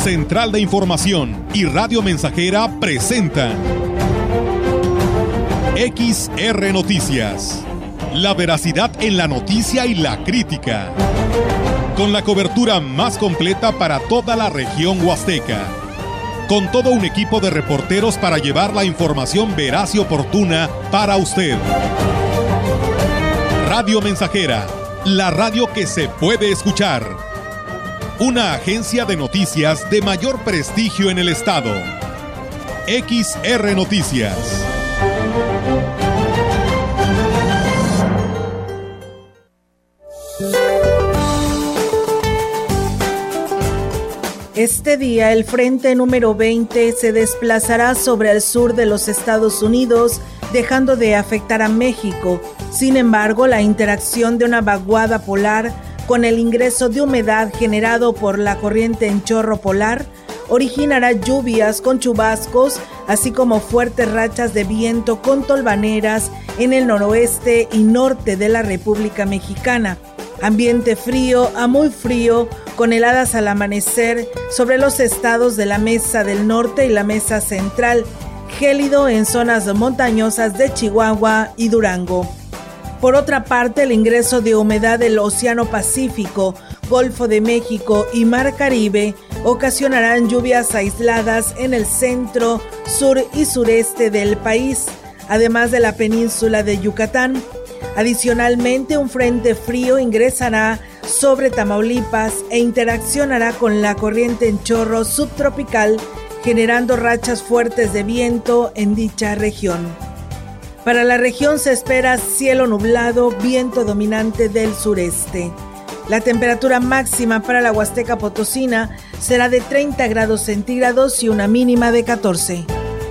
Central de Información y Radio Mensajera presentan XR Noticias. La veracidad en la noticia y la crítica. Con la cobertura más completa para toda la región huasteca. Con todo un equipo de reporteros para llevar la información veraz y oportuna para usted. Radio Mensajera, la radio que se puede escuchar. Una agencia de noticias de mayor prestigio en el estado. XR Noticias. Este día, el frente número 20 se desplazará sobre el sur de los Estados Unidos, dejando de afectar a México. Sin embargo, la interacción de una vaguada polar con el ingreso de humedad generado por la corriente en chorro polar originará lluvias con chubascos, así como fuertes rachas de viento con tolvaneras en el noroeste y norte de la República Mexicana. Ambiente frío a muy frío, con heladas al amanecer sobre los estados de la Mesa del Norte y la Mesa Central, gélido en zonas montañosas de Chihuahua y Durango. Por otra parte, el ingreso de humedad del Océano Pacífico, Golfo de México y Mar Caribe ocasionarán lluvias aisladas en el centro, sur y sureste del país, además de la península de Yucatán. Adicionalmente, un frente frío ingresará sobre Tamaulipas e interaccionará con la corriente en chorro subtropical, generando rachas fuertes de viento en dicha región. Para la región se espera cielo nublado, viento dominante del sureste. La temperatura máxima para la Huasteca Potosina será de 30 grados centígrados y una mínima de 14.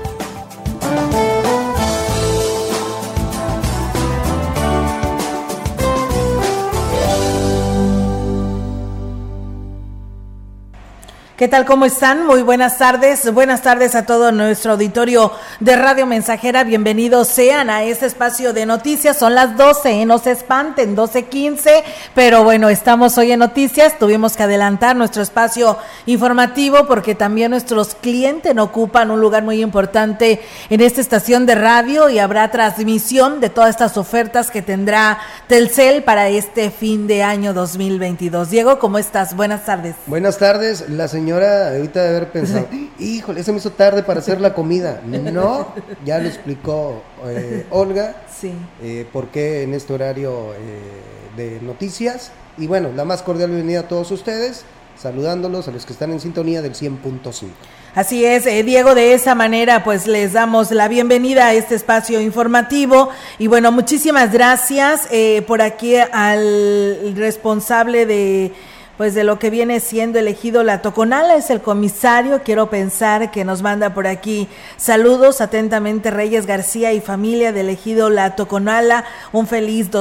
¿Qué tal? ¿Cómo están? Muy buenas tardes. Buenas tardes a todo nuestro auditorio de Radio Mensajera. Bienvenidos sean a este espacio de noticias. Son las 12, no se espanten, 12:15, pero bueno, estamos hoy en noticias. Tuvimos que adelantar nuestro espacio informativo porque también nuestros clientes ocupan un lugar muy importante en esta estación de radio y habrá transmisión de todas estas ofertas que tendrá Telcel para este fin de año 2022. Diego, ¿cómo estás? Buenas tardes. Buenas tardes. La señora ahorita de haber pensado, híjole, se me hizo tarde para hacer la comida. No, ya lo explicó Olga, sí. Por qué en este horario de noticias. Y bueno, la más cordial bienvenida a todos ustedes, saludándolos a los que están en sintonía del 100.5. Así es, Diego, de esa manera pues les damos la bienvenida a este espacio informativo y bueno, muchísimas gracias por aquí al responsable de lo que viene siendo elegido la Toconala, es el comisario, quiero pensar que nos manda por aquí saludos, atentamente Reyes García y familia de elegido la Toconala, un feliz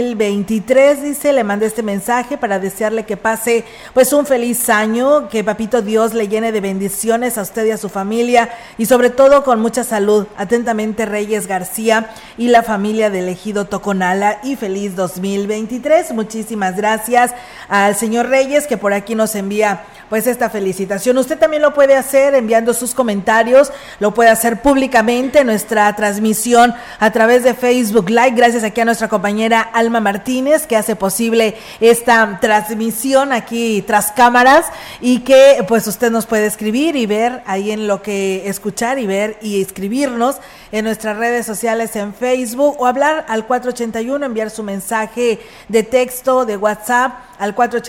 2023, dice, le mandé este mensaje para desearle que pase pues un feliz año, que Papito Dios le llene de bendiciones a usted y a su familia y sobre todo con mucha salud, atentamente Reyes García y la familia de elegido Toconala y feliz 2023, muchísimas gracias al señor Reyes que por aquí nos envía pues esta felicitación. Usted también lo puede hacer enviando sus comentarios, lo puede hacer públicamente en nuestra transmisión a través de Facebook Live, gracias aquí a nuestra compañera Alma Martínez que hace posible esta transmisión aquí tras cámaras y que pues usted nos puede escribir y ver ahí en lo que escuchar y ver y escribirnos en nuestras redes sociales en Facebook o hablar al 481, enviar su mensaje de texto de WhatsApp al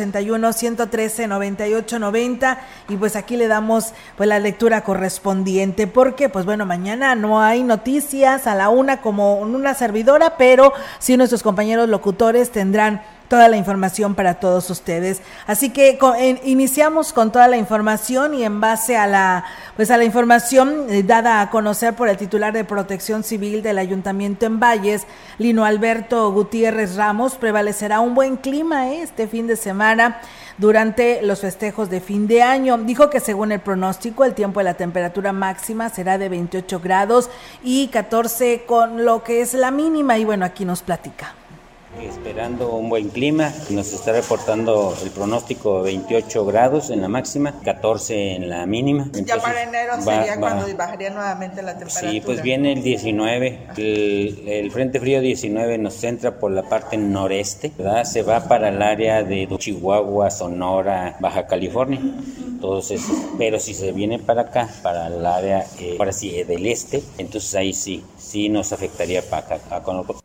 481-113-9890 y pues aquí le damos pues la lectura correspondiente porque pues bueno, mañana no hay noticias a la 1 como una servidora, pero sí nuestros compañeros locutores tendrán toda la información para todos ustedes. Así que iniciamos con toda la información y en base a la información dada a conocer por el titular de Protección Civil del Ayuntamiento en Valles, Lino Alberto Gutiérrez Ramos, prevalecerá un buen clima este fin de semana durante los festejos de fin de año. Dijo que según el pronóstico, el tiempo de la temperatura máxima será de 28 grados y 14 con lo que es la mínima y bueno, aquí nos platica. Esperando un buen clima, nos está reportando el pronóstico 28 grados en la máxima, 14 en la mínima. Entonces, ya para enero sería cuando bajaría nuevamente la temperatura. Sí, pues viene el 19, el frente frío 19 nos entra por la parte noreste, ¿verdad? Se va para el área de Chihuahua, Sonora, Baja California. Entonces, pero si se viene para acá, para el área, ahora sí, del este, entonces ahí sí nos afectaría para acá con nosotros.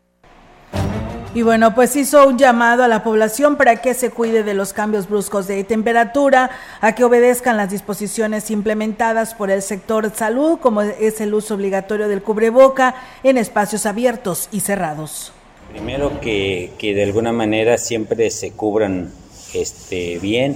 Y bueno, pues hizo un llamado a la población para que se cuide de los cambios bruscos de temperatura, a que obedezcan las disposiciones implementadas por el sector salud, como es el uso obligatorio del cubreboca en espacios abiertos y cerrados. Primero que de alguna manera siempre se cubran bien,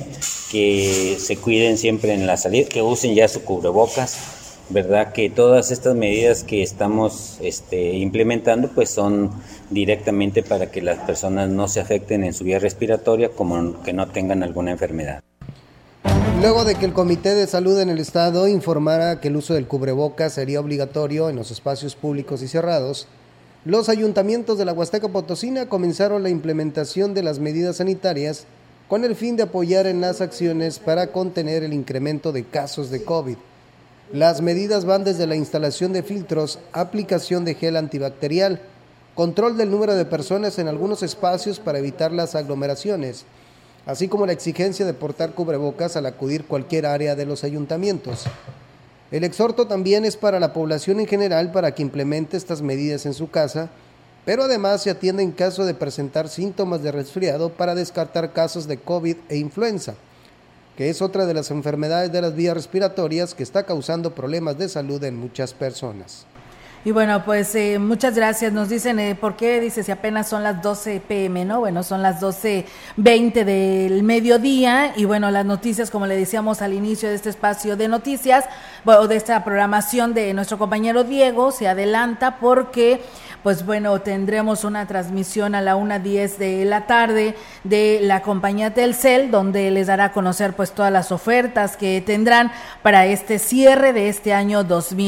que se cuiden siempre en la salida, que usen ya su cubrebocas. ¿Verdad? Que todas estas medidas que estamos implementando pues son directamente para que las personas no se afecten en su vía respiratoria, como que no tengan alguna enfermedad. Luego de que el Comité de Salud en el Estado informara que el uso del cubrebocas sería obligatorio en los espacios públicos y cerrados, los ayuntamientos de la Huasteca Potosina comenzaron la implementación de las medidas sanitarias con el fin de apoyar en las acciones para contener el incremento de casos de COVID. Las medidas van desde la instalación de filtros, aplicación de gel antibacterial, control del número de personas en algunos espacios para evitar las aglomeraciones, así como la exigencia de portar cubrebocas al acudir cualquier área de los ayuntamientos. El exhorto también es para la población en general para que implemente estas medidas en su casa, pero además se atienda en caso de presentar síntomas de resfriado para descartar casos de COVID e influenza, que es otra de las enfermedades de las vías respiratorias que está causando problemas de salud en muchas personas. Y bueno, pues muchas gracias. Nos dicen, ¿por qué? Dice, si apenas son las 12 p.m., ¿no? Bueno, son las 12:20 del mediodía y bueno, las noticias, como le decíamos al inicio de este espacio de noticias, bueno, de esta programación de nuestro compañero Diego, se adelanta porque pues bueno, tendremos una transmisión a la 1:10 de la tarde de la compañía Telcel, donde les dará a conocer pues todas las ofertas que tendrán para este cierre de este año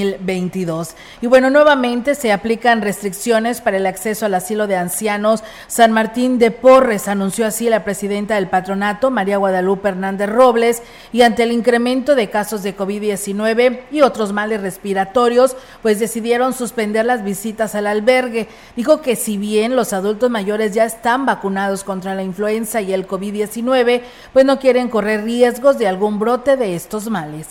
2022. Y bueno, nuevamente se aplican restricciones para el acceso al asilo de ancianos San Martín de Porres, anunció así la presidenta del patronato, María Guadalupe Hernández Robles, y ante el incremento de casos de COVID-19 y otros males respiratorios, pues decidieron suspender las visitas al albergue. Dijo que si bien los adultos mayores ya están vacunados contra la influenza y el COVID-19, pues no quieren correr riesgos de algún brote de estos males.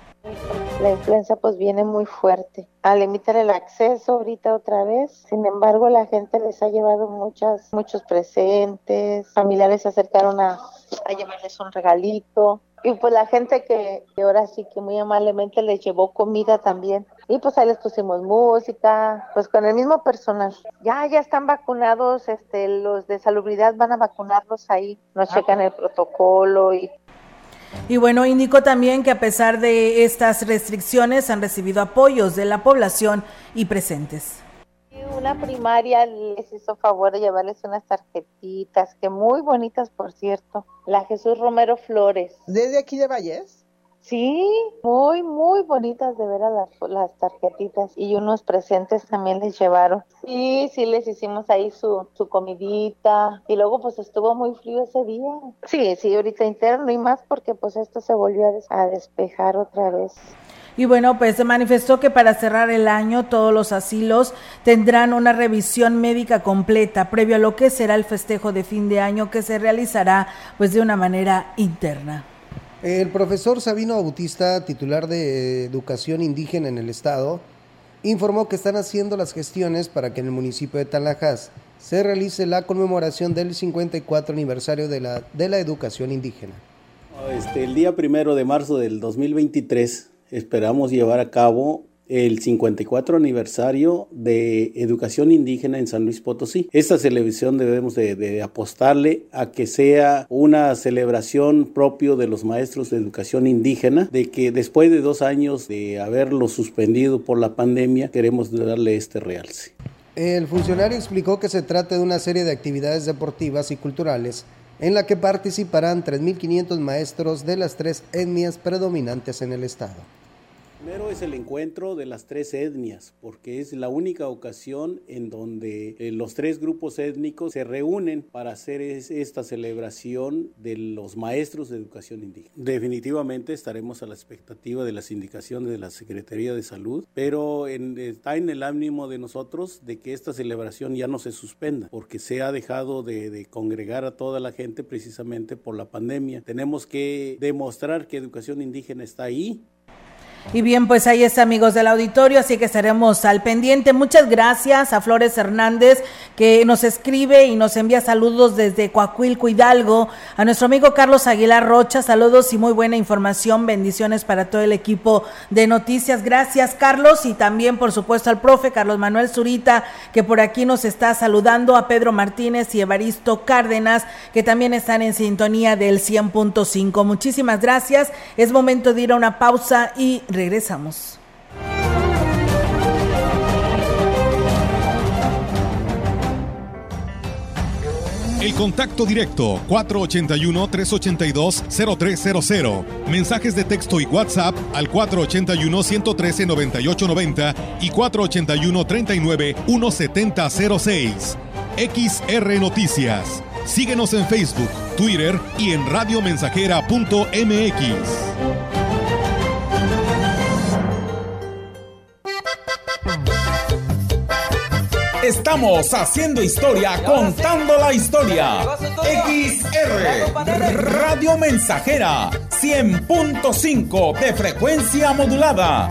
La influenza pues viene muy fuerte. Al limitar el acceso ahorita otra vez, sin embargo la gente les ha llevado muchos presentes, familiares se acercaron a llevarles un regalito. Y pues la gente que ahora sí que muy amablemente les llevó comida también. Y pues ahí les pusimos música, pues con el mismo personal. Ya están vacunados, los de salubridad van a vacunarlos ahí, nos checan el protocolo Y bueno, indicó también que a pesar de estas restricciones han recibido apoyos de la población y presentes. Una primaria les hizo favor de llevarles unas tarjetitas, que muy bonitas por cierto, la Jesús Romero Flores. ¿Desde aquí de Valles? Sí, muy, muy bonitas de veras las tarjetitas y unos presentes también les llevaron. Sí, les hicimos ahí su comidita y luego pues estuvo muy frío ese día. Sí, ahorita interno y más porque pues esto se volvió a despejar otra vez. Y bueno, pues se manifestó que para cerrar el año todos los asilos tendrán una revisión médica completa previo a lo que será el festejo de fin de año que se realizará pues de una manera interna. El profesor Sabino Bautista, titular de Educación Indígena en el Estado, informó que están haciendo las gestiones para que en el municipio de Tanlajas se realice la conmemoración del 54 aniversario de la educación indígena. El día 1 de marzo del 2023 esperamos llevar a cabo el 54 aniversario de educación indígena en San Luis Potosí. Esta celebración debemos de apostarle a que sea una celebración propio de los maestros de educación indígena, de que después de 2 años de haberlo suspendido por la pandemia, queremos darle este realce. El funcionario explicó que se trata de una serie de actividades deportivas y culturales en la que participarán 3.500 maestros de las 3 etnias predominantes en el estado. Primero es el encuentro de las tres etnias, porque es la única ocasión en donde los tres grupos étnicos se reúnen para hacer esta celebración de los maestros de educación indígena. Definitivamente estaremos a la expectativa de las indicaciones de la Secretaría de Salud, pero está en el ánimo de nosotros de que esta celebración ya no se suspenda, porque se ha dejado de congregar a toda la gente precisamente por la pandemia. Tenemos que demostrar que educación indígena está ahí. Y bien, pues ahí está, amigos del auditorio, así que estaremos al pendiente. Muchas gracias a Flores Hernández, que nos escribe y nos envía saludos desde Coahuilco, Hidalgo. A nuestro amigo Carlos Aguilar Rocha, saludos y muy buena información. Bendiciones para todo el equipo de noticias. Gracias, Carlos, y también, por supuesto, al profe Carlos Manuel Zurita, que por aquí nos está saludando, a Pedro Martínez y Evaristo Cárdenas, que también están en sintonía del 100.5. Muchísimas gracias. Es momento de ir a una pausa y regresamos. El contacto directo 481-382-0300. Mensajes de texto y WhatsApp al 481-113-9890 y 481-39-1706. XR Noticias. Síguenos en Facebook, Twitter y en radiomensajera.mx. Estamos haciendo historia, contando la historia. XR Radio Mensajera 100.5 de frecuencia modulada.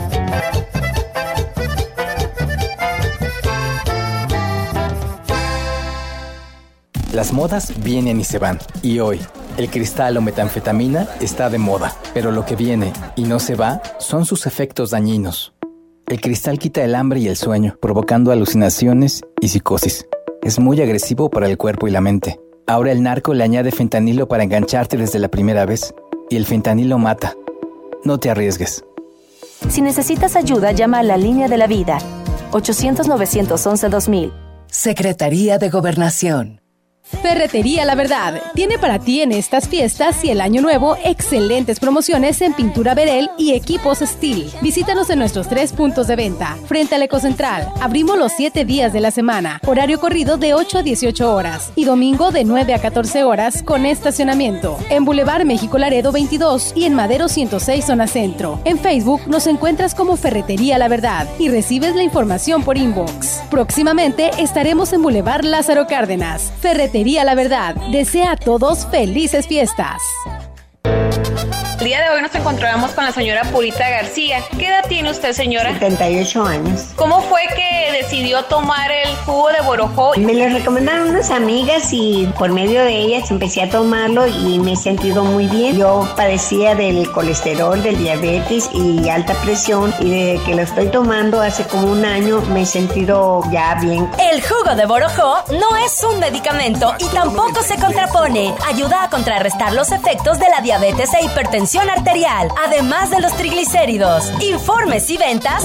Las modas vienen y se van. Y hoy, el cristal o metanfetamina está de moda. Pero lo que viene y no se va son sus efectos dañinos. El cristal quita el hambre y el sueño, provocando alucinaciones y psicosis. Es muy agresivo para el cuerpo y la mente. Ahora el narco le añade fentanilo para engancharte desde la primera vez. Y el fentanilo mata. No te arriesgues. Si necesitas ayuda, llama a la Línea de la Vida. 800-911-2000. Secretaría de Gobernación. Ferretería La Verdad tiene para ti en estas fiestas y el año nuevo excelentes promociones en pintura Verel y equipos Steel. Visítanos en nuestros 3 puntos de venta. Frente al Ecocentral, abrimos los 7 días de la semana, horario corrido de 8 a 18 horas y domingo de 9 a 14 horas con estacionamiento. En Boulevard México Laredo 22 y en Madero 106 zona centro. En Facebook nos encuentras como Ferretería La Verdad y recibes la información por inbox. Próximamente estaremos en Boulevard Lázaro Cárdenas. Ferretería La Verdad desea a todos felices fiestas. El día de hoy nos encontramos con la señora Purita García. ¿Qué edad tiene usted, señora? 78 años. ¿Cómo fue que decidió tomar el jugo de borojó? Me lo recomendaron unas amigas y por medio de ellas empecé a tomarlo y me he sentido muy bien. Yo padecía del colesterol, del diabetes y alta presión, y desde que lo estoy tomando hace como un año me he sentido ya bien. El jugo de borojó no es un medicamento y tampoco se contrapone. Ayuda a contrarrestar los efectos de la diabetes e hipertensión arterial, además de los triglicéridos. Informes y ventas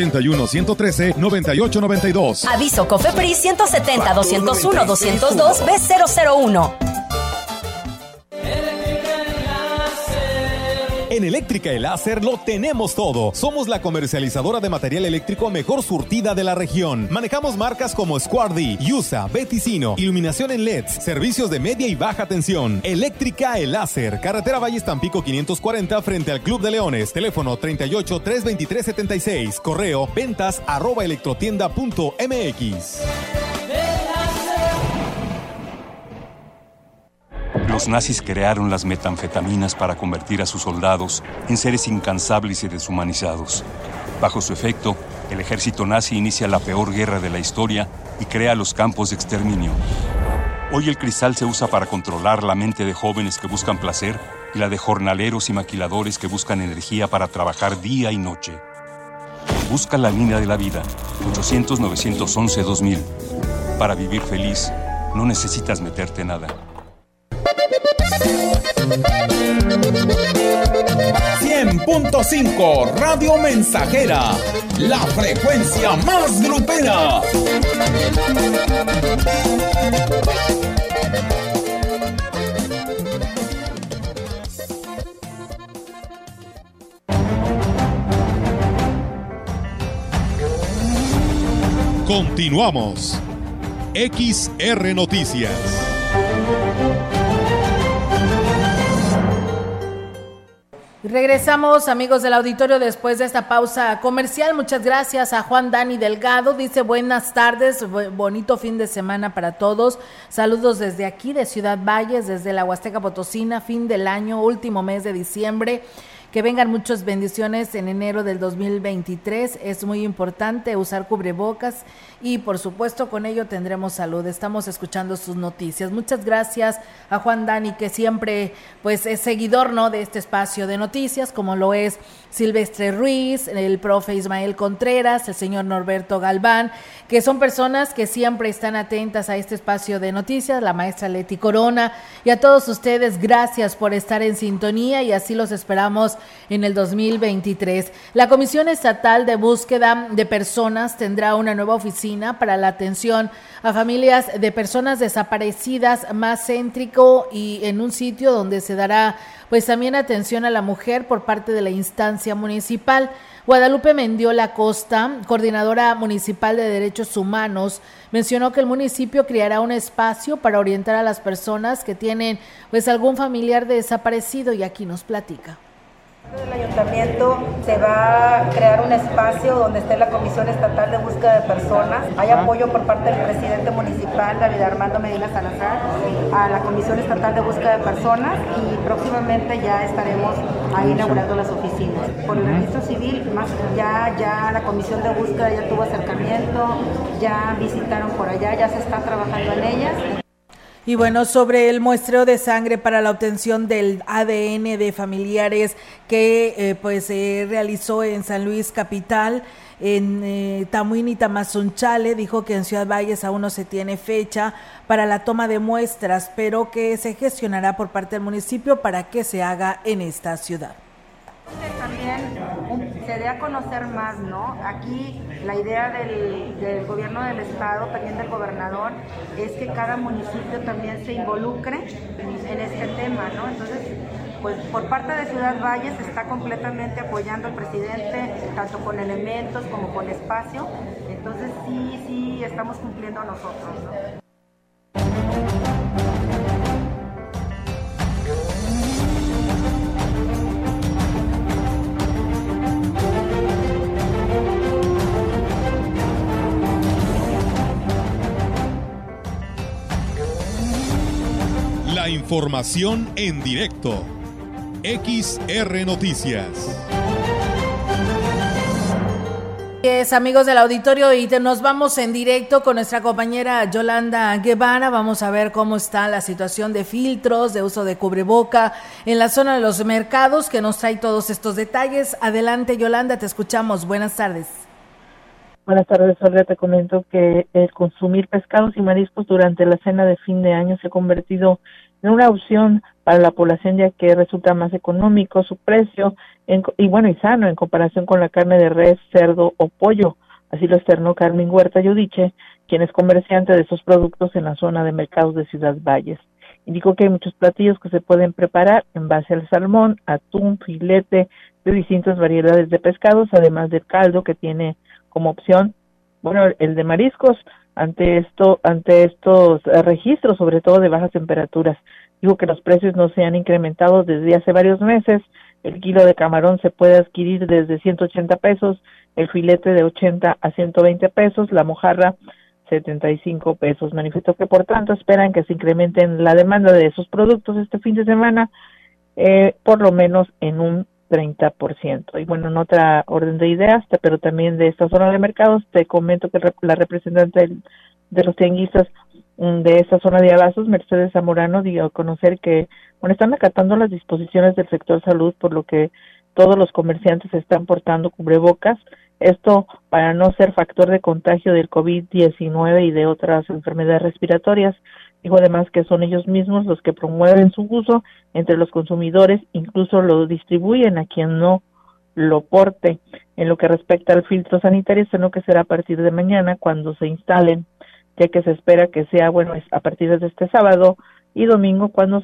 481-113-9892. Aviso COFEPRIS 170-201-202-B001. En Eléctrica El Láser lo tenemos todo. Somos la comercializadora de material eléctrico mejor surtida de la región. Manejamos marcas como Squardi, USA, Beticino, iluminación en LEDs, servicios de media y baja tensión. Eléctrica El Láser, carretera Valles Tampico 540 frente al Club de Leones. Teléfono 38-323-76. Correo ventas@electrotienda.mx. Los nazis crearon las metanfetaminas para convertir a sus soldados en seres incansables y deshumanizados. Bajo su efecto, el ejército nazi inicia la peor guerra de la historia y crea los campos de exterminio. Hoy el cristal se usa para controlar la mente de jóvenes que buscan placer y la de jornaleros y maquiladores que buscan energía para trabajar día y noche. Busca la Línea de la Vida, 800-911-2000. Para vivir feliz, no necesitas meterte nada. 100.5 Radio Mensajera, la frecuencia más grupera. Continuamos. XR Noticias. Regresamos, amigos del auditorio, después de esta pausa comercial. Muchas gracias a Juan Dani Delgado. Dice, buenas tardes, bonito fin de semana para todos. Saludos desde aquí, de Ciudad Valles, desde la Huasteca Potosina, fin del año, último mes de diciembre. Que vengan muchas bendiciones en enero del 2023. Es muy importante usar cubrebocas y por supuesto con ello tendremos salud. Estamos escuchando sus noticias. Muchas gracias a Juan Dani, que siempre pues es seguidor, ¿no?, de este espacio de noticias, como lo es Silvestre Ruiz, el profe Ismael Contreras, el señor Norberto Galván, que son personas que siempre están atentas a este espacio de noticias, la maestra Leti Corona, y a todos ustedes, gracias por estar en sintonía, y así los esperamos en el 2023. La Comisión Estatal de Búsqueda de Personas tendrá una nueva oficina para la atención a familias de personas desaparecidas, más céntrico y en un sitio donde se dará pues también atención a la mujer por parte de la instancia municipal. Guadalupe Mendiola Costa, coordinadora municipal de Derechos Humanos, mencionó que el municipio creará un espacio para orientar a las personas que tienen pues algún familiar desaparecido, y aquí nos platica. Del ayuntamiento se va a crear un espacio donde esté la Comisión Estatal de Búsqueda de Personas. Hay apoyo por parte del presidente municipal, David Armando Medina Salazar, a la Comisión Estatal de Búsqueda de Personas, y próximamente ya estaremos ahí inaugurando las oficinas. Por el registro civil, ya la Comisión de Búsqueda ya tuvo acercamiento, ya visitaron por allá, ya se está trabajando en ellas. Y bueno, sobre el muestreo de sangre para la obtención del ADN de familiares que se realizó en San Luis Capital, en Tamuín y Tamazunchale, dijo que en Ciudad Valles aún no se tiene fecha para la toma de muestras, pero que se gestionará por parte del municipio para que se haga en esta ciudad. También se dé a conocer más, ¿no? Aquí la idea del gobierno del estado, también del gobernador, es que cada municipio también se involucre en este tema, ¿no? Entonces, pues por parte de Ciudad Valles se está completamente apoyando al presidente, tanto con elementos como con espacio. Entonces sí estamos cumpliendo nosotros, ¿no? La información en directo. XR Noticias. Amigos del auditorio, y nos vamos en directo con nuestra compañera Yolanda Guevara. Vamos a ver cómo está la situación de filtros, de uso de cubreboca en la zona de los mercados, que nos trae todos estos detalles. Adelante, Yolanda, te escuchamos. Buenas tardes. Buenas tardes, Olga. Te comento que el consumir pescados y mariscos durante la cena de fin de año se ha convertido en una opción para la población, ya que resulta más económico su precio y sano en comparación con la carne de res, cerdo o pollo. Así lo externó Carmen Huerta Yudiche, quien es comerciante de estos productos en la zona de mercados de Ciudad Valles. Indicó que hay muchos platillos que se pueden preparar en base al salmón, atún, filete de distintas variedades de pescados, además del caldo que tiene como opción, el de mariscos, ante estos registros, sobre todo de bajas temperaturas. Digo que los precios no se han incrementado desde hace varios meses. El kilo de camarón se puede adquirir desde 180 pesos, el filete de 80 a 120 pesos, la mojarra 75 pesos. Manifestó que por tanto esperan que se incrementen la demanda de esos productos este fin de semana, por lo menos en un 30%. Y bueno, en otra orden de ideas, pero también de esta zona de mercados, te comento que la representante de los tianguistas de esta zona de abastos, Mercedes Zamorano, dio a conocer que están acatando las disposiciones del sector salud, por lo que todos los comerciantes están portando cubrebocas, esto para no ser factor de contagio del COVID-19 y de otras enfermedades respiratorias. Dijo además que son ellos mismos los que promueven su uso entre los consumidores, incluso lo distribuyen a quien no lo porte. En lo que respecta al filtro sanitario, sino que será a partir de mañana cuando se instalen, ya que se espera que sea a partir de este sábado y domingo cuando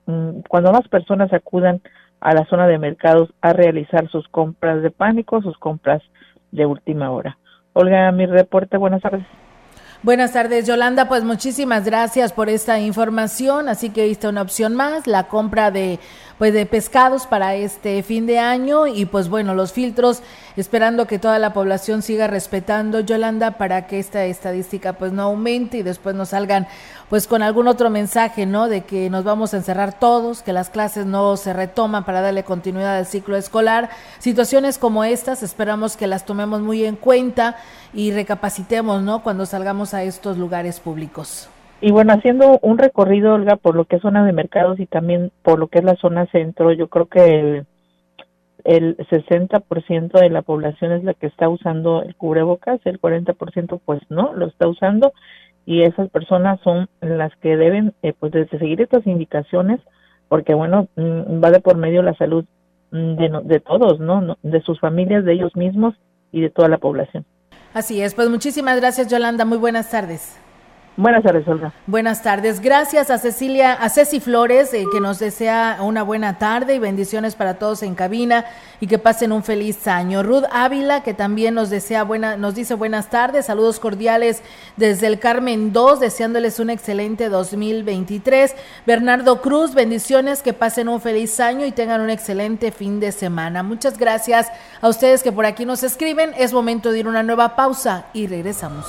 más personas acudan a la zona de mercados a realizar sus compras de pánico, sus compras de última hora. Olga, mi reporte, buenas tardes. Buenas tardes, Yolanda, pues muchísimas gracias por esta información, así que viste una opción más, la compra de pescados para este fin de año y pues bueno, los filtros, esperando que toda la población siga respetando, Yolanda, para que esta estadística pues no aumente y después nos salgan pues con algún otro mensaje, ¿no? De que nos vamos a encerrar todos, que las clases no se retoman para darle continuidad al ciclo escolar. Situaciones como estas esperamos que las tomemos muy en cuenta y recapacitemos, ¿no? Cuando salgamos a estos lugares públicos. Y bueno, haciendo un recorrido, Olga, por lo que es zona de mercados y también por lo que es la zona centro, yo creo que el 60% de la población es la que está usando el cubrebocas, el 40% pues no lo está usando, y esas personas son las que deben pues de seguir estas indicaciones, porque bueno, va de por medio la salud de todos, ¿no? De sus familias, de ellos mismos y de toda la población. Así es, pues muchísimas gracias, Yolanda, muy buenas tardes. Buenas tardes, Olga. Buenas tardes. Gracias a Ceci Flores, que nos desea una buena tarde y bendiciones para todos en cabina y que pasen un feliz año. Ruth Ávila, que también nos dice buenas tardes, saludos cordiales desde el Carmen 2, deseándoles un excelente 2023. Bernardo Cruz, bendiciones, que pasen un feliz año y tengan un excelente fin de semana. Muchas gracias a ustedes que por aquí nos escriben. Es momento de ir a una nueva pausa y regresamos.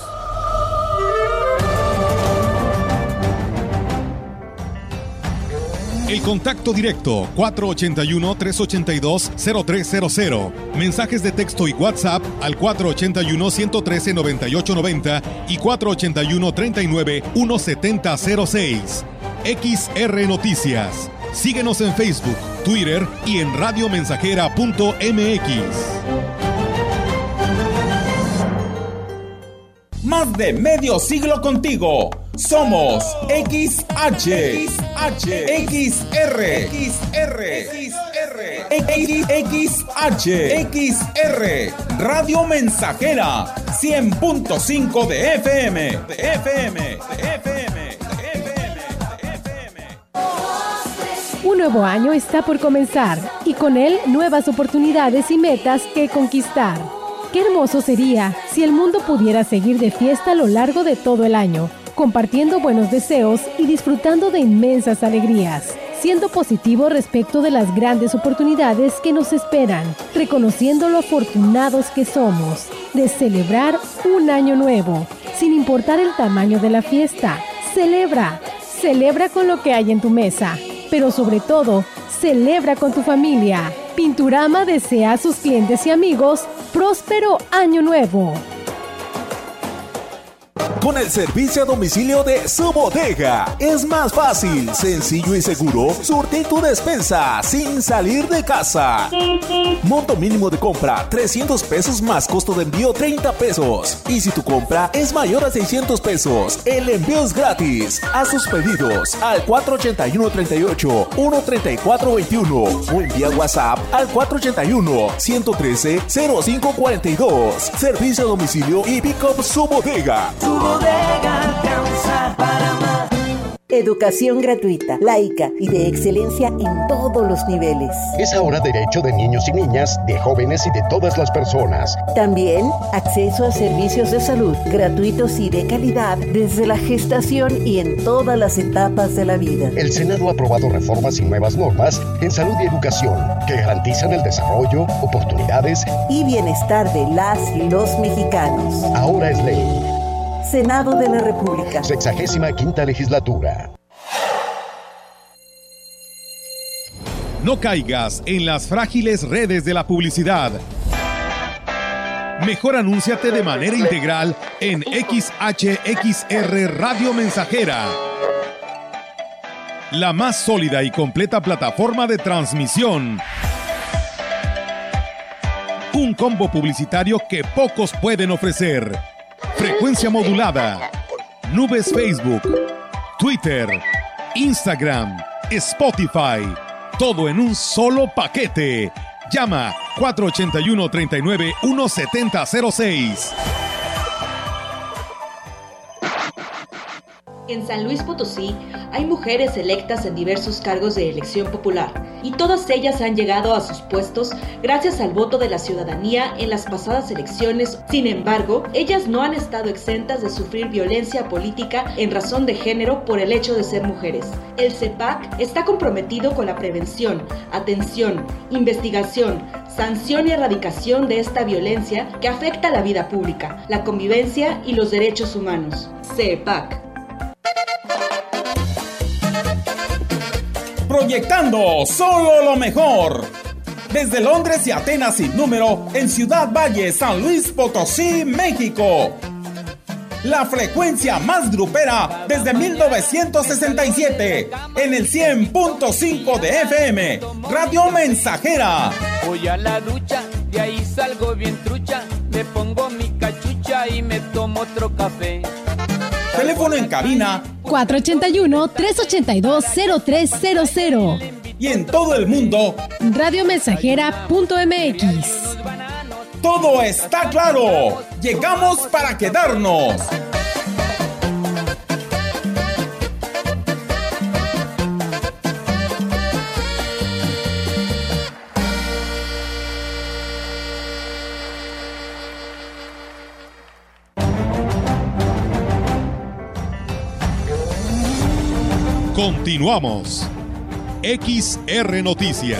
El contacto directo 481-382-0300. Mensajes de texto y WhatsApp al 481-113-9890 y 481-39-1706. XR Noticias. Síguenos en Facebook, Twitter y en radiomensajera.mx. Más de medio siglo contigo. Somos XH, XR, XR, Radio Mensajera, 100.5 de FM, Un nuevo año está por comenzar y con él nuevas oportunidades y metas que conquistar. Qué hermoso sería si el mundo pudiera seguir de fiesta a lo largo de todo el año, compartiendo buenos deseos y disfrutando de inmensas alegrías, siendo positivo respecto de las grandes oportunidades que nos esperan, reconociendo lo afortunados que somos, de celebrar un año nuevo, sin importar el tamaño de la fiesta. Celebra con lo que hay en tu mesa, pero sobre todo, celebra con tu familia. Pinturama desea a sus clientes y amigos próspero año nuevo. Con el servicio a domicilio de Su Bodega es más fácil, sencillo y seguro surtir tu despensa sin salir de casa. Monto mínimo de compra 300 pesos más costo de envío 30 pesos. Y si tu compra es mayor a 600 pesos, el envío es gratis. Haz sus pedidos al 481-38-13421 o envía WhatsApp al 481-113-0542. Servicio a domicilio y pick-up Su Bodega. Tu bodega alcanza para más. Educación gratuita, laica y de excelencia en todos los niveles. Es ahora derecho de niños y niñas, de jóvenes y de todas las personas. También acceso a servicios de salud gratuitos y de calidad desde la gestación y en todas las etapas de la vida. El Senado ha aprobado reformas y nuevas normas en salud y educación que garantizan el desarrollo, oportunidades y bienestar de las y los mexicanos. Ahora es ley. Senado de la República. 65ª legislatura. No caigas en las frágiles redes de la publicidad. Mejor anúnciate de manera integral en XHXR Radio Mensajera, la más sólida y completa plataforma de transmisión. Un combo publicitario que pocos pueden ofrecer. Frecuencia modulada, nubes Facebook, Twitter, Instagram, Spotify, todo en un solo paquete. Llama 481-39-1706. En San Luis Potosí hay mujeres electas en diversos cargos de elección popular y todas ellas han llegado a sus puestos gracias al voto de la ciudadanía en las pasadas elecciones. Sin embargo, ellas no han estado exentas de sufrir violencia política en razón de género por el hecho de ser mujeres. El CEPAC está comprometido con la prevención, atención, investigación, sanción y erradicación de esta violencia que afecta la vida pública, la convivencia y los derechos humanos. CEPAC. Proyectando solo lo mejor. Desde Londres y Atenas sin número, en Ciudad Valle, San Luis Potosí, México. La frecuencia más grupera desde 1967, en el 100.5 de FM, Radio Mensajera. Voy a la ducha, de ahí salgo bien trucha, me pongo mi cachucha y me tomo otro café. Teléfono en cabina 481-382-0300. Y en todo el mundo, radiomensajera.mx. Todo está claro. Llegamos para quedarnos. Continuamos. XR Noticias.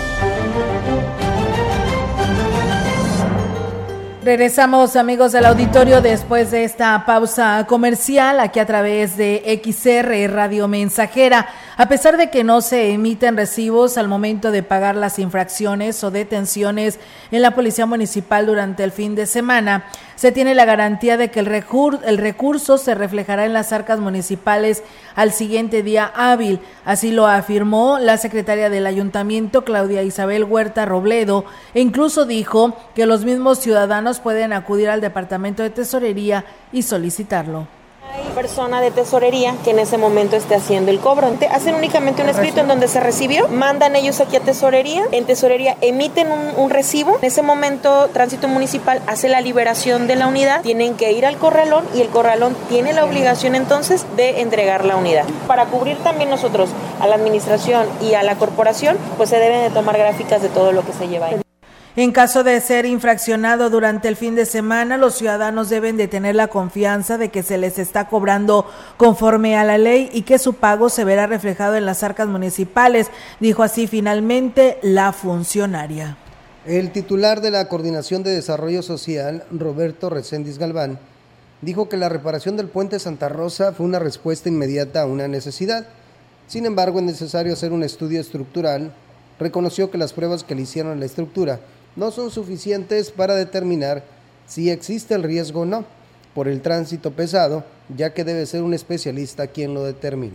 Regresamos, amigos del auditorio, después de esta pausa comercial aquí a través de XR Radio Mensajera. A pesar de que no se emiten recibos al momento de pagar las infracciones o detenciones en la Policía Municipal durante el fin de semana, se tiene la garantía de que el recurso se reflejará en las arcas municipales al siguiente día hábil. Así lo afirmó la secretaria del Ayuntamiento, Claudia Isabel Huerta Robledo, e incluso dijo que los mismos ciudadanos pueden acudir al Departamento de Tesorería y solicitarlo. Hay persona de tesorería que en ese momento esté haciendo el cobro. Hacen únicamente un escrito en donde se recibió, mandan ellos aquí a tesorería, en tesorería emiten un recibo. En ese momento Tránsito Municipal hace la liberación de la unidad, tienen que ir al corralón y el corralón tiene la obligación entonces de entregar la unidad. Para cubrir también nosotros a la administración y a la corporación, pues se deben de tomar gráficas de todo lo que se lleva ahí. En caso de ser infraccionado durante el fin de semana, los ciudadanos deben de tener la confianza de que se les está cobrando conforme a la ley y que su pago se verá reflejado en las arcas municipales, dijo así finalmente la funcionaria. El titular de la Coordinación de Desarrollo Social, Roberto Reséndiz Galván, dijo que la reparación del puente Santa Rosa fue una respuesta inmediata a una necesidad. Sin embargo, es necesario hacer un estudio estructural. Reconoció que las pruebas que le hicieron a la estructura no son suficientes para determinar si existe el riesgo o no por el tránsito pesado, ya que debe ser un especialista quien lo determine.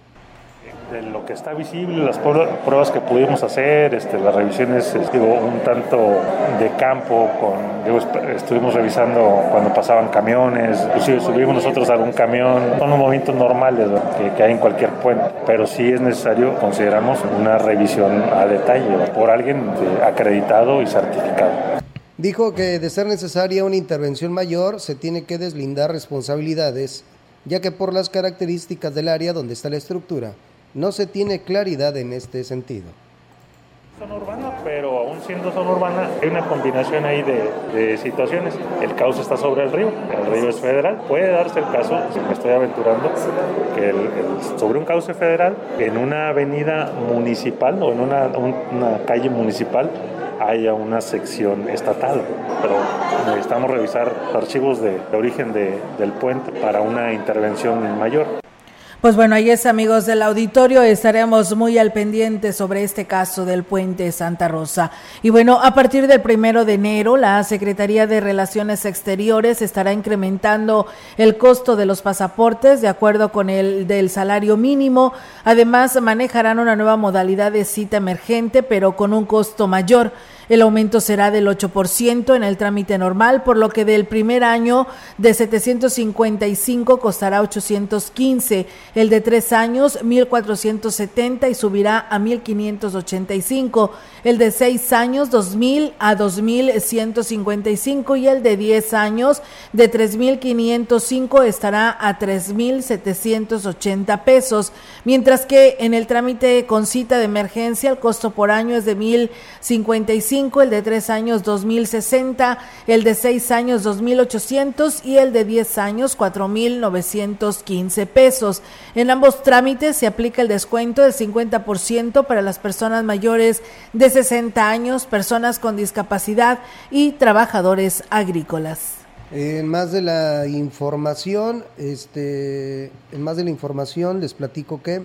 De lo que está visible, las pruebas que pudimos hacer, las revisiones, un tanto de campo, estuvimos revisando cuando pasaban camiones, inclusive subimos nosotros a algún camión, son los movimientos normales que hay en cualquier puente, pero sí es necesario, consideramos, una revisión a detalle por alguien acreditado y certificado. Dijo que de ser necesaria una intervención mayor, se tiene que deslindar responsabilidades, ya que por las características del área donde está la estructura, no se tiene claridad en este sentido. Zona urbana, pero aún siendo zona urbana hay una combinación ahí de situaciones. El cauce está sobre el río es federal. Puede darse el caso, si me estoy aventurando, que sobre un cauce federal, en una avenida municipal o en una calle municipal, haya una sección estatal, pero necesitamos revisar archivos de origen del puente para una intervención mayor. Pues bueno, ahí es, amigos del auditorio, estaremos muy al pendiente sobre este caso del puente Santa Rosa. Y bueno, a partir del 1 de enero, la Secretaría de Relaciones Exteriores estará incrementando el costo de los pasaportes de acuerdo con el del salario mínimo. Además, manejarán una nueva modalidad de cita emergente, pero con un costo mayor. El aumento será del 8% en el trámite normal, por lo que del primer año de 755 costará 815, el de 3 años 1,470 y subirá a 1,585, el de 6 años 2,000 a 2,155 y el de 10 años de 3,505 estará a 3,780 pesos, mientras que en el trámite con cita de emergencia el costo por año es de 1,055, el de 3 años 2,060, el de 6 años 2,800 y el de 10 años 4,915 pesos. En ambos trámites se aplica el descuento del 50% para las personas mayores de 60 años, personas con discapacidad y trabajadores agrícolas. En más de la información, les platico que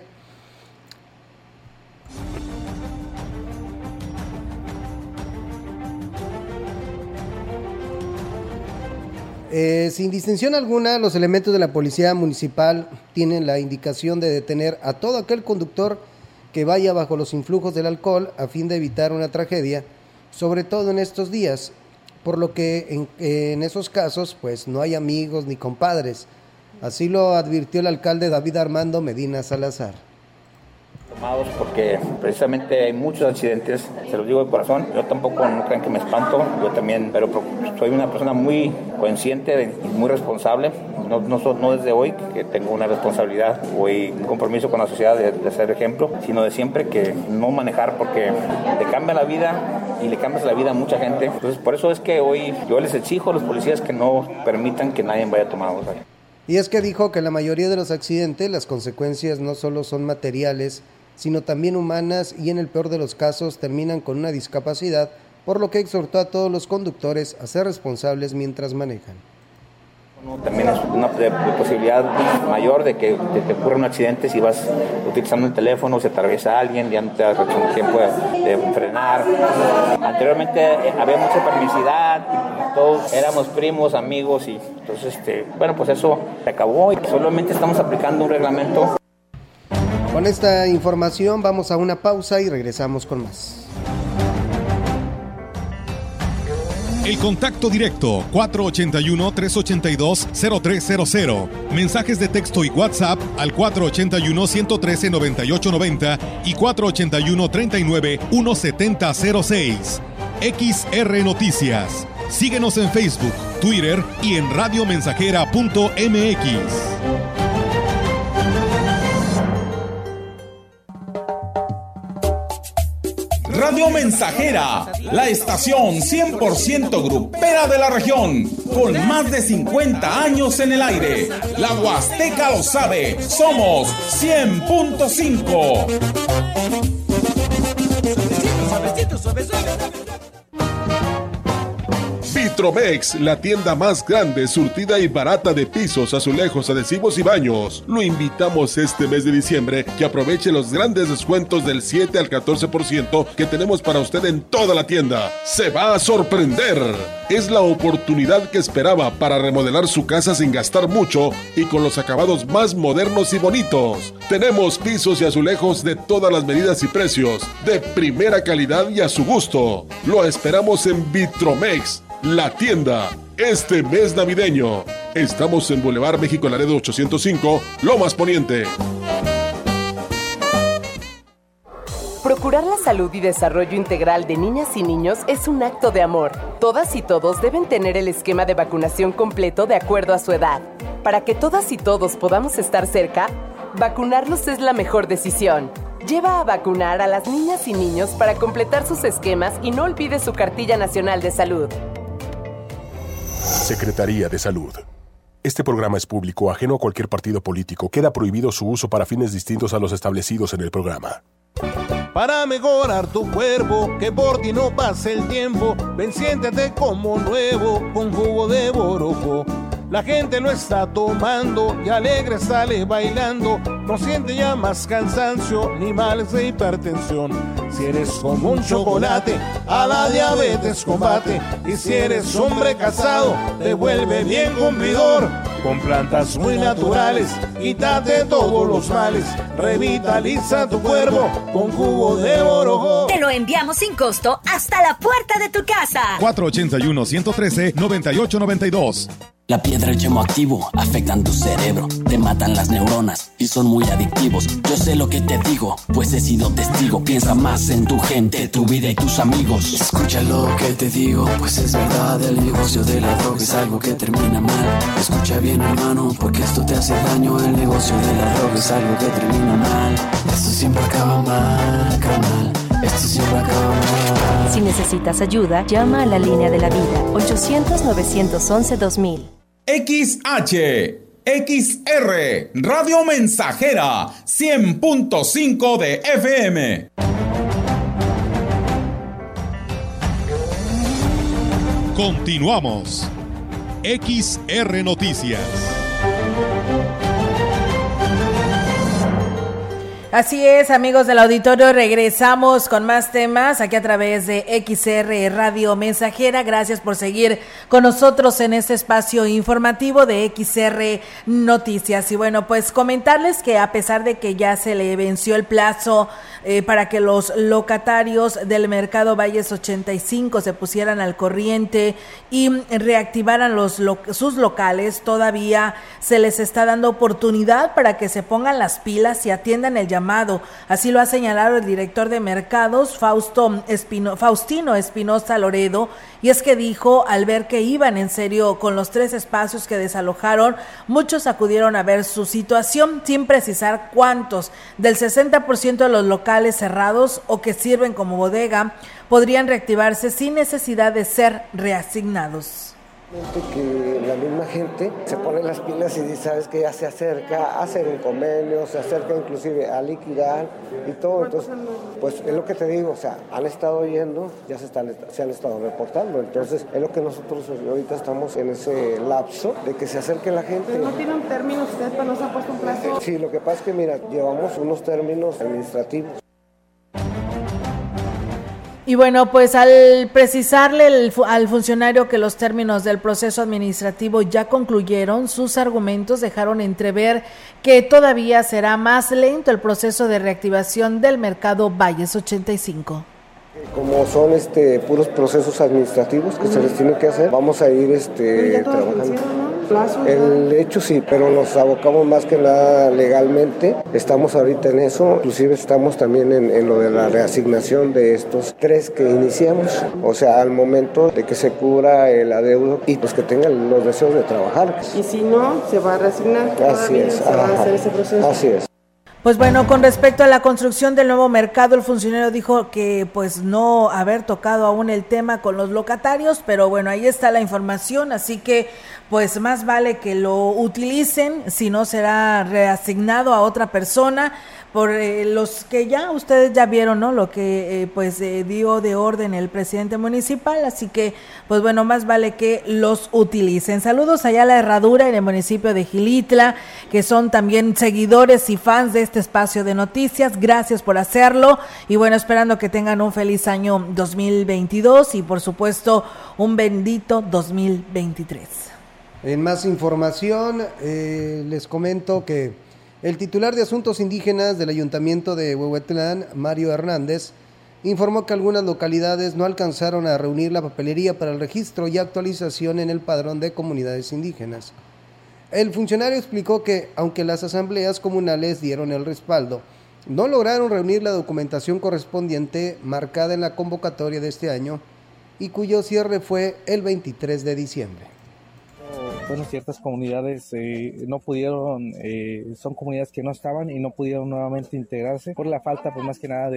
sin distinción alguna, los elementos de la policía municipal tienen la indicación de detener a todo aquel conductor que vaya bajo los influjos del alcohol a fin de evitar una tragedia, sobre todo en estos días, por lo que en esos casos pues no hay amigos ni compadres. Así lo advirtió el alcalde David Armando Medina Salazar. Tomados porque precisamente hay muchos accidentes, se los digo de corazón, yo tampoco no crean que me espanto, yo también, pero soy una persona muy consciente y muy responsable, no desde hoy que tengo una responsabilidad o un compromiso con la sociedad de ser ejemplo, sino de siempre que no manejar porque te cambia la vida y le cambias la vida a mucha gente. Entonces por eso es que hoy yo les exijo a los policías que no permitan que nadie vaya tomado. Y es que dijo que la mayoría de los accidentes, las consecuencias no solo son materiales, sino también humanas y en el peor de los casos terminan con una discapacidad, por lo que exhortó a todos los conductores a ser responsables mientras manejan. También es una posibilidad mayor de que te ocurra un accidente si vas utilizando el teléfono, se atraviesa alguien, ya no te das tiempo de frenar. Anteriormente había mucha permisidad, todos éramos primos, amigos y entonces, pues eso se acabó y solamente estamos aplicando un reglamento. Con esta información vamos a una pausa y regresamos con más. El contacto directo 481-382-0300. Mensajes de texto y WhatsApp al 481-113-9890 y 481-39-1706. XR Noticias. Síguenos en Facebook, Twitter y en radiomensajera.mx. Radio Mensajera, la estación 100% grupera de la región, con más de 50 años en el aire. La Huasteca lo sabe, somos 100.5. Vitromex, la tienda más grande, surtida y barata de pisos, azulejos, adhesivos y baños. Lo invitamos este mes de diciembre que aproveche los grandes descuentos del 7 al 14% que tenemos para usted en toda la tienda. ¡Se va a sorprender! Es la oportunidad que esperaba para remodelar su casa sin gastar mucho y con los acabados más modernos y bonitos. Tenemos pisos y azulejos de todas las medidas y precios, de primera calidad y a su gusto. Lo esperamos en Vitromex, la tienda, este mes navideño. Estamos en Boulevard México Laredo 805, Lomas Poniente. Procurar la salud y desarrollo integral de niñas y niños es un acto de amor. Todas y todos deben tener el esquema de vacunación completo de acuerdo a su edad. Para que todas y todos podamos estar cerca, vacunarlos es la mejor decisión. Lleva a vacunar a las niñas y niños para completar sus esquemas y no olvide su cartilla nacional de salud. Secretaría de Salud. Este programa es público, ajeno a cualquier partido político. Queda prohibido su uso para fines distintos a los establecidos en el programa. Para mejorar tu cuerpo, que por ti no pase el tiempo, ven, siéntete como nuevo con jugo de Borojo. La gente lo está tomando y alegre sale bailando. No siente ya más cansancio ni males de hipertensión. Si eres como un chocolate, a la diabetes combate. Y si eres hombre casado, te vuelve bien cumplidor. con plantas muy naturales, quítate todos los males, revitaliza tu cuerpo con jugo de borojó. Te lo enviamos sin costo hasta la puerta de tu casa. 481-113-9892. La piedra y el yemo activo afectan tu cerebro, te matan las neuronas y son muy adictivos. Yo sé lo que te digo, pues he sido testigo. Piensa más en tu gente, tu vida y tus amigos. Escucha lo que te digo, pues es verdad. El negocio de la droga es algo que termina mal. Escucha bien, hermano, porque esto te hace daño. El negocio de la droga es algo que termina mal. Esto siempre acaba mal, carnal. Esto siempre acaba mal. Si necesitas ayuda, llama a la línea de la vida 800-911-2000. XH, XR, Radio Mensajera, 100.5 de FM. Continuamos. XR Noticias. Así es, amigos del auditorio, regresamos con más temas aquí a través de XR Radio Mensajera. Gracias por seguir con nosotros en este espacio informativo de XR Noticias. Y bueno, pues comentarles que a pesar de que ya se le venció el plazo para que los locatarios del Mercado Valles 85 se pusieran al corriente y reactivaran sus locales, todavía se les está dando oportunidad para que se pongan las pilas y atiendan el llamado. Así lo ha señalado el director de mercados, Faustino Espinosa Loredo, y es que dijo, al ver que iban en serio con los 3 espacios que desalojaron, muchos acudieron a ver su situación, sin precisar cuántos. Del 60% de los locales cerrados o que sirven como bodega podrían reactivarse sin necesidad de ser reasignados. Que la misma gente se pone las pilas y dice, sabes que ya se acerca a hacer un convenio, se acerca inclusive a liquidar y todo. Entonces, pues es lo que te digo, o sea, han estado yendo, ya se han estado reportando. Entonces, es lo que nosotros ahorita estamos en ese lapso de que se acerque la gente. ¿Pero no tiene un término usted, pero no se ha puesto un plazo? Sí, lo que pasa es que, mira, llevamos unos términos administrativos. Y bueno, pues al precisarle al funcionario que los términos del proceso administrativo ya concluyeron, sus argumentos dejaron entrever que todavía será más lento el proceso de reactivación del Mercado Valles 85. Como son puros procesos administrativos que se les tiene que hacer, vamos a ir trabajando. El hecho sí, pero nos abocamos más que nada legalmente. Estamos ahorita en eso, inclusive estamos también en lo de la reasignación de estos 3 que iniciamos. O sea, al momento de que se cubra el adeudo y pues que tengan los deseos de trabajar. Y si no, se va a reasignar. Así es. Se va a hacer ese proceso. Así es. Pues bueno, con respecto a la construcción del nuevo mercado, el funcionario dijo que pues no haber tocado aún el tema con los locatarios, pero bueno, ahí está la información, así que pues más vale que lo utilicen, si no será reasignado a otra persona, por los que ya ustedes ya vieron, ¿no? Lo que dio de orden el presidente municipal, así que pues bueno, más vale que los utilicen. Saludos allá a La Herradura en el municipio de Xilitla, que son también seguidores y fans de este espacio de noticias. Gracias por hacerlo y bueno, esperando que tengan un feliz año 2022 y por supuesto un bendito 2023. En más información, les comento que el titular de Asuntos Indígenas del Ayuntamiento de Huehuetlán, Mario Hernández, informó que algunas localidades no alcanzaron a reunir la papelería para el registro y actualización en el padrón de comunidades indígenas. El funcionario explicó que, aunque las asambleas comunales dieron el respaldo, no lograron reunir la documentación correspondiente marcada en la convocatoria de este año y cuyo cierre fue el 23 de diciembre. Bueno, ciertas comunidades no pudieron, son comunidades que no estaban y no pudieron nuevamente integrarse por la falta, pues más que nada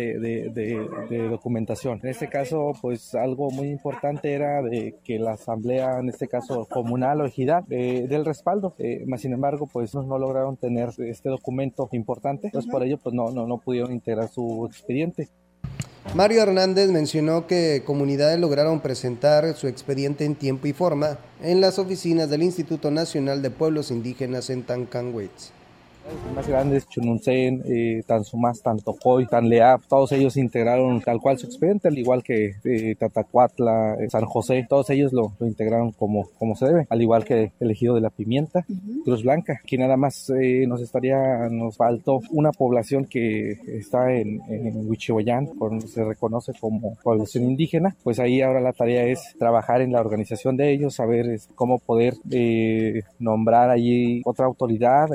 de documentación. En este caso, pues algo muy importante era de que la asamblea, en este caso comunal o ejidal, del respaldo, más sin embargo, pues no lograron tener este documento importante, entonces por ello pues no pudieron integrar su expediente. Mario Hernández mencionó que comunidades lograron presentar su expediente en tiempo y forma en las oficinas del Instituto Nacional de Pueblos Indígenas en Tancanwitz. Más grandes, Chununcén, Tanzumás, Tantocoy, Tanleap, todos ellos integraron tal cual su expediente, al igual que Tatacuatla, San José, todos ellos lo integraron como se debe, al igual que el ejido de la Pimienta, Cruz Blanca. Aquí nada más nos faltó una población que está en Huichihuayán, se reconoce como población indígena, pues ahí ahora la tarea es trabajar en la organización de ellos, saber cómo poder nombrar allí otra autoridad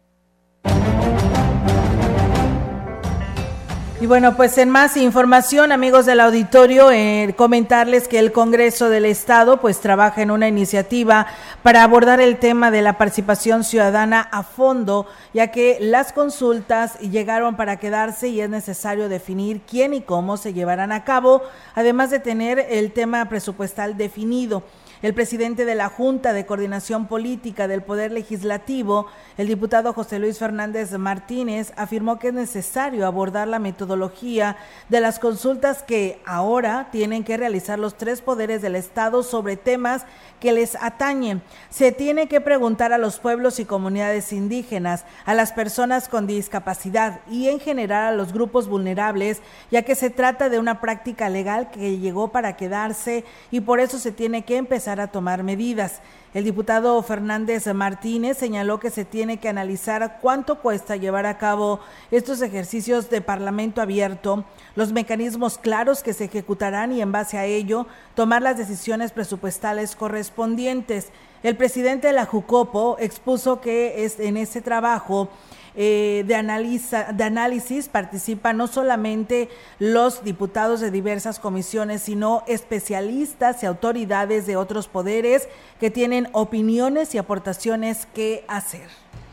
Y bueno, pues en más información, amigos del auditorio, comentarles que el Congreso del Estado pues trabaja en una iniciativa para abordar el tema de la participación ciudadana a fondo, ya que las consultas llegaron para quedarse y es necesario definir quién y cómo se llevarán a cabo, además de tener el tema presupuestal definido. El presidente de la Junta de Coordinación Política del Poder Legislativo, el diputado José Luis Fernández Martínez, afirmó que es necesario abordar la metodología de las consultas que ahora tienen que realizar los tres poderes del Estado sobre temas que les atañen. Se tiene que preguntar a los pueblos y comunidades indígenas, a las personas con discapacidad y en general a los grupos vulnerables, ya que se trata de una práctica legal que llegó para quedarse y por eso se tiene que empezar a tomar medidas. El diputado Fernández Martínez señaló que se tiene que analizar cuánto cuesta llevar a cabo estos ejercicios de parlamento abierto, los mecanismos claros que se ejecutarán y en base a ello tomar las decisiones presupuestales correspondientes. El presidente de la Jucopo expuso que en ese trabajo de análisis participan no solamente los diputados de diversas comisiones, sino especialistas y autoridades de otros poderes que tienen opiniones y aportaciones que hacer.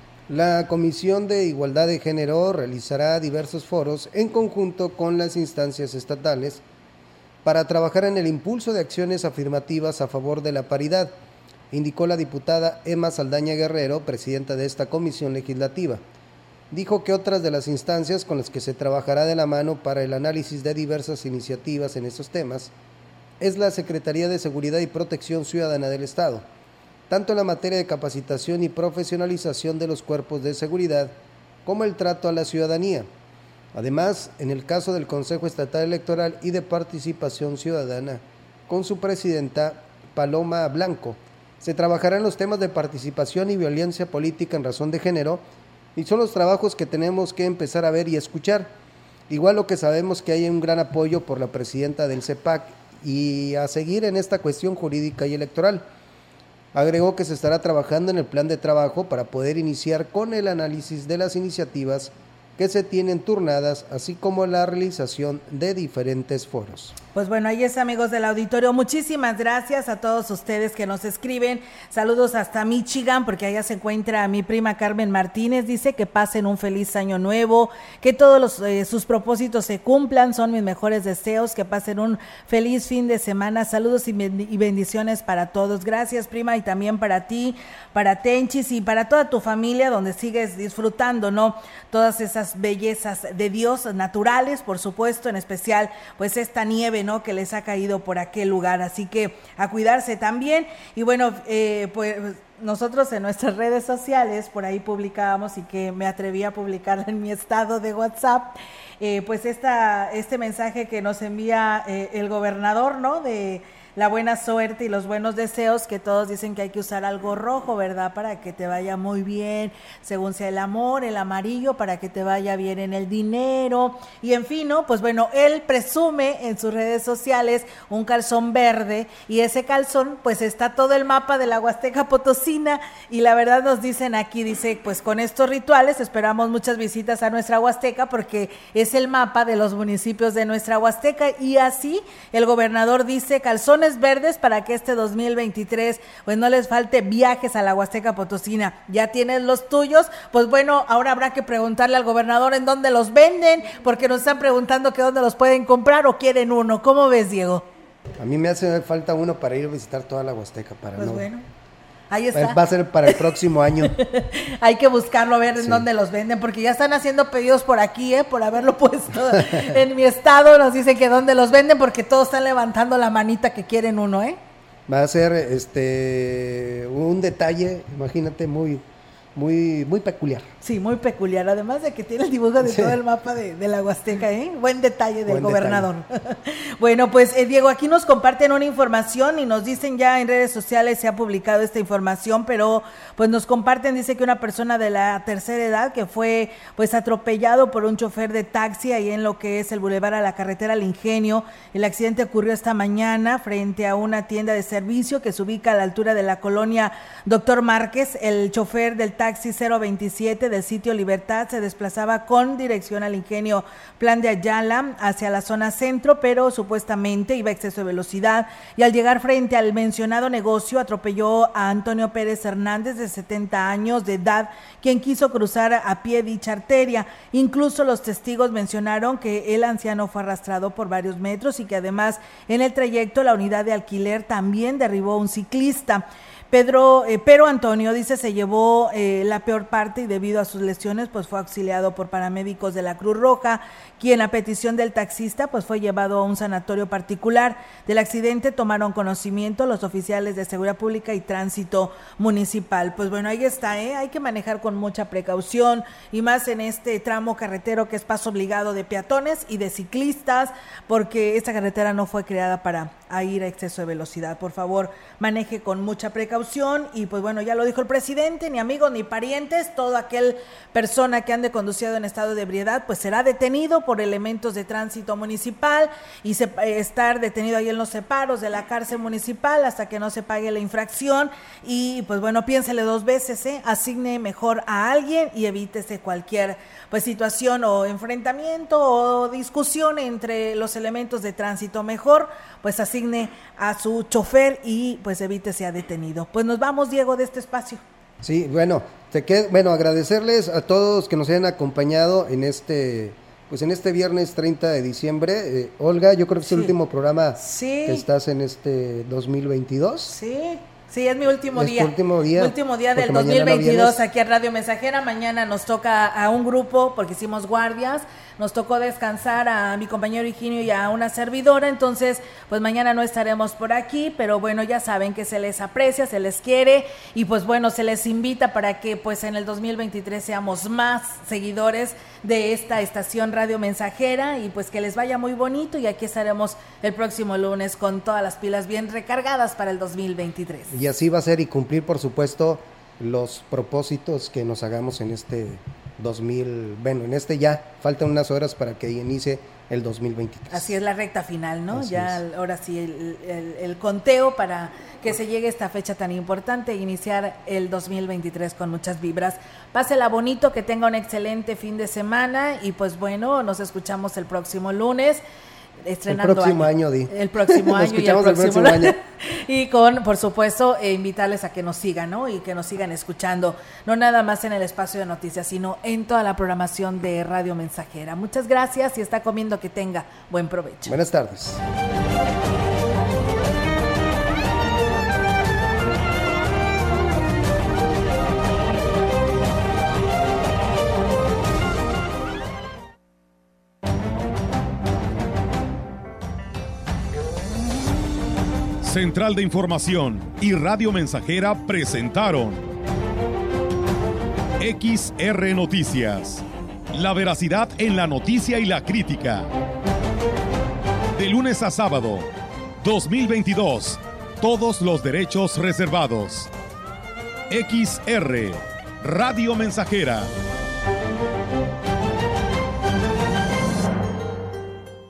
La Comisión de Igualdad de Género realizará diversos foros en conjunto con las instancias estatales para trabajar en el impulso de acciones afirmativas a favor de la paridad, indicó la diputada Emma Saldaña Guerrero, presidenta de esta comisión legislativa. Dijo que otras de las instancias con las que se trabajará de la mano para el análisis de diversas iniciativas en estos temas es la Secretaría de Seguridad y Protección Ciudadana del Estado, tanto en la materia de capacitación y profesionalización de los cuerpos de seguridad como el trato a la ciudadanía. Además, en el caso del Consejo Estatal Electoral y de Participación Ciudadana, con su presidenta Paloma Blanco, se trabajarán los temas de participación y violencia política en razón de género, y son los trabajos que tenemos que empezar a ver y escuchar. Igual lo que sabemos que hay un gran apoyo por la presidenta del CEPAC y a seguir en esta cuestión jurídica y electoral. Agregó que se estará trabajando en el plan de trabajo para poder iniciar con el análisis de las iniciativas que se tienen turnadas, así como la realización de diferentes foros. Pues bueno, ahí es, amigos del auditorio. Muchísimas gracias a todos ustedes que nos escriben. Saludos hasta Michigan, porque allá se encuentra mi prima Carmen Martínez. Dice que pasen un feliz año nuevo, que todos sus propósitos se cumplan. Son mis mejores deseos, que pasen un feliz fin de semana. Saludos y bendiciones para todos. Gracias, prima, y también para ti, para Tenchis y para toda tu familia, donde sigues disfrutando, ¿no? Todas esas bellezas de Dios naturales, por supuesto, en especial, pues esta nieve, ¿no?, que les ha caído por aquel lugar, así que a cuidarse también. Y bueno, pues nosotros en nuestras redes sociales por ahí publicábamos, y que me atreví a publicar en mi estado de WhatsApp, pues este mensaje que nos envía el gobernador, ¿no?, de la buena suerte y los buenos deseos, que todos dicen que hay que usar algo rojo, ¿verdad?, para que te vaya muy bien, según sea el amor, el amarillo para que te vaya bien en el dinero, y en fin, ¿no? Pues bueno, él presume en sus redes sociales un calzón verde, y ese calzón, pues está todo el mapa de la Huasteca Potosina, y la verdad nos dicen aquí, dice, pues con estos rituales esperamos muchas visitas a nuestra Huasteca, porque es el mapa de los municipios de nuestra Huasteca, y así el gobernador dice, calzones verdes para que este 2023 pues no les falte viajes a la Huasteca Potosina. ¿Ya tienes los tuyos? Pues bueno, ahora habrá que preguntarle al gobernador en dónde los venden, porque nos están preguntando que dónde los pueden comprar o quieren uno. ¿Cómo ves, Diego? A mí me hace falta uno para ir a visitar toda la Huasteca, para pues no... Bueno. Ahí está. Va a ser para el próximo año. Hay que buscarlo, a ver en dónde los venden, porque ya están haciendo pedidos por aquí, por haberlo puesto en mi estado. Nos dicen que dónde los venden, porque todos están levantando la manita que quieren uno, Va a ser un detalle, imagínate, muy, muy peculiar. Sí, muy peculiar, además de que tiene el dibujo de todo el mapa de la Huasteca, Buen detalle del gobernador. Bueno, pues Diego, aquí nos comparten una información y nos dicen ya en redes sociales se ha publicado esta información, pero pues nos comparten, dice que una persona de la tercera edad que fue pues atropellado por un chofer de taxi ahí en lo que es el bulevar a la carretera al Ingenio. El accidente ocurrió esta mañana frente a una tienda de servicio que se ubica a la altura de la colonia Doctor Márquez. El chofer del taxi 027 del sitio Libertad se desplazaba con dirección al Ingenio Plan de Ayala hacia la zona centro, pero supuestamente iba a exceso de velocidad y al llegar frente al mencionado negocio atropelló a Antonio Pérez Hernández, de 70 años de edad, quien quiso cruzar a pie dicha arteria. Incluso los testigos mencionaron que el anciano fue arrastrado por varios metros y que además en el trayecto la unidad de alquiler también derribó a un ciclista. Pero Antonio, dice, se llevó la peor parte y debido a sus lesiones pues fue auxiliado por paramédicos de la Cruz Roja, quien a petición del taxista pues fue llevado a un sanatorio particular. Del accidente tomaron conocimiento los oficiales de Seguridad Pública y Tránsito Municipal. Pues bueno, ahí está, hay que manejar con mucha precaución y más en este tramo carretero que es paso obligado de peatones y de ciclistas, porque esta carretera no fue creada para ir a exceso de velocidad. Por favor, maneje con mucha precaución y pues bueno, ya lo dijo el presidente, ni amigos ni parientes, todo aquel persona que ande conducido en estado de ebriedad pues será detenido por elementos de tránsito municipal y estar detenido ahí en los separos de la cárcel municipal hasta que no se pague la infracción y pues bueno, piénsele dos veces, asigne mejor a alguien y evítese cualquier pues situación o enfrentamiento o discusión entre los elementos de tránsito. Mejor pues asigne a su chofer y pues evite sea detenido. Pues nos vamos, Diego, de este espacio. Sí, bueno, agradecerles a todos que nos hayan acompañado en este viernes 30 de diciembre. Olga, yo creo que es el último programa que estás en este 2022. Sí, es mi último día. Último día del 2022 aquí en Radio Mensajera. Mañana nos toca a un grupo, porque hicimos guardias, nos tocó descansar a mi compañero Higinio y a una servidora, entonces pues mañana no estaremos por aquí, pero bueno, ya saben que se les aprecia, se les quiere y pues bueno, se les invita para que pues en el 2023 seamos más seguidores de esta estación Radio Mensajera y pues que les vaya muy bonito y aquí estaremos el próximo lunes con todas las pilas bien recargadas para el 2023. Y así va a ser y cumplir por supuesto los propósitos que nos hagamos en este ya faltan unas horas para que inicie el 2023. Así es la recta final, ¿no? Así ya es. Ahora sí el conteo para que se llegue a esta fecha tan importante e iniciar el 2023 con muchas vibras. Pásela bonito, que tenga un excelente fin de semana y pues bueno, nos escuchamos el próximo lunes. Estrenando el próximo año. El próximo año y el próximo año. Y con, por supuesto, invitarles a que nos sigan, ¿no? Y que nos sigan escuchando, no nada más en el espacio de noticias, sino en toda la programación de Radio Mensajera. Muchas gracias y está comiendo, que tenga buen provecho. Buenas tardes. Central de Información y Radio Mensajera presentaron XR Noticias. La veracidad en la noticia y la crítica. De lunes a sábado, 2022. Todos los derechos reservados. XR Radio Mensajera.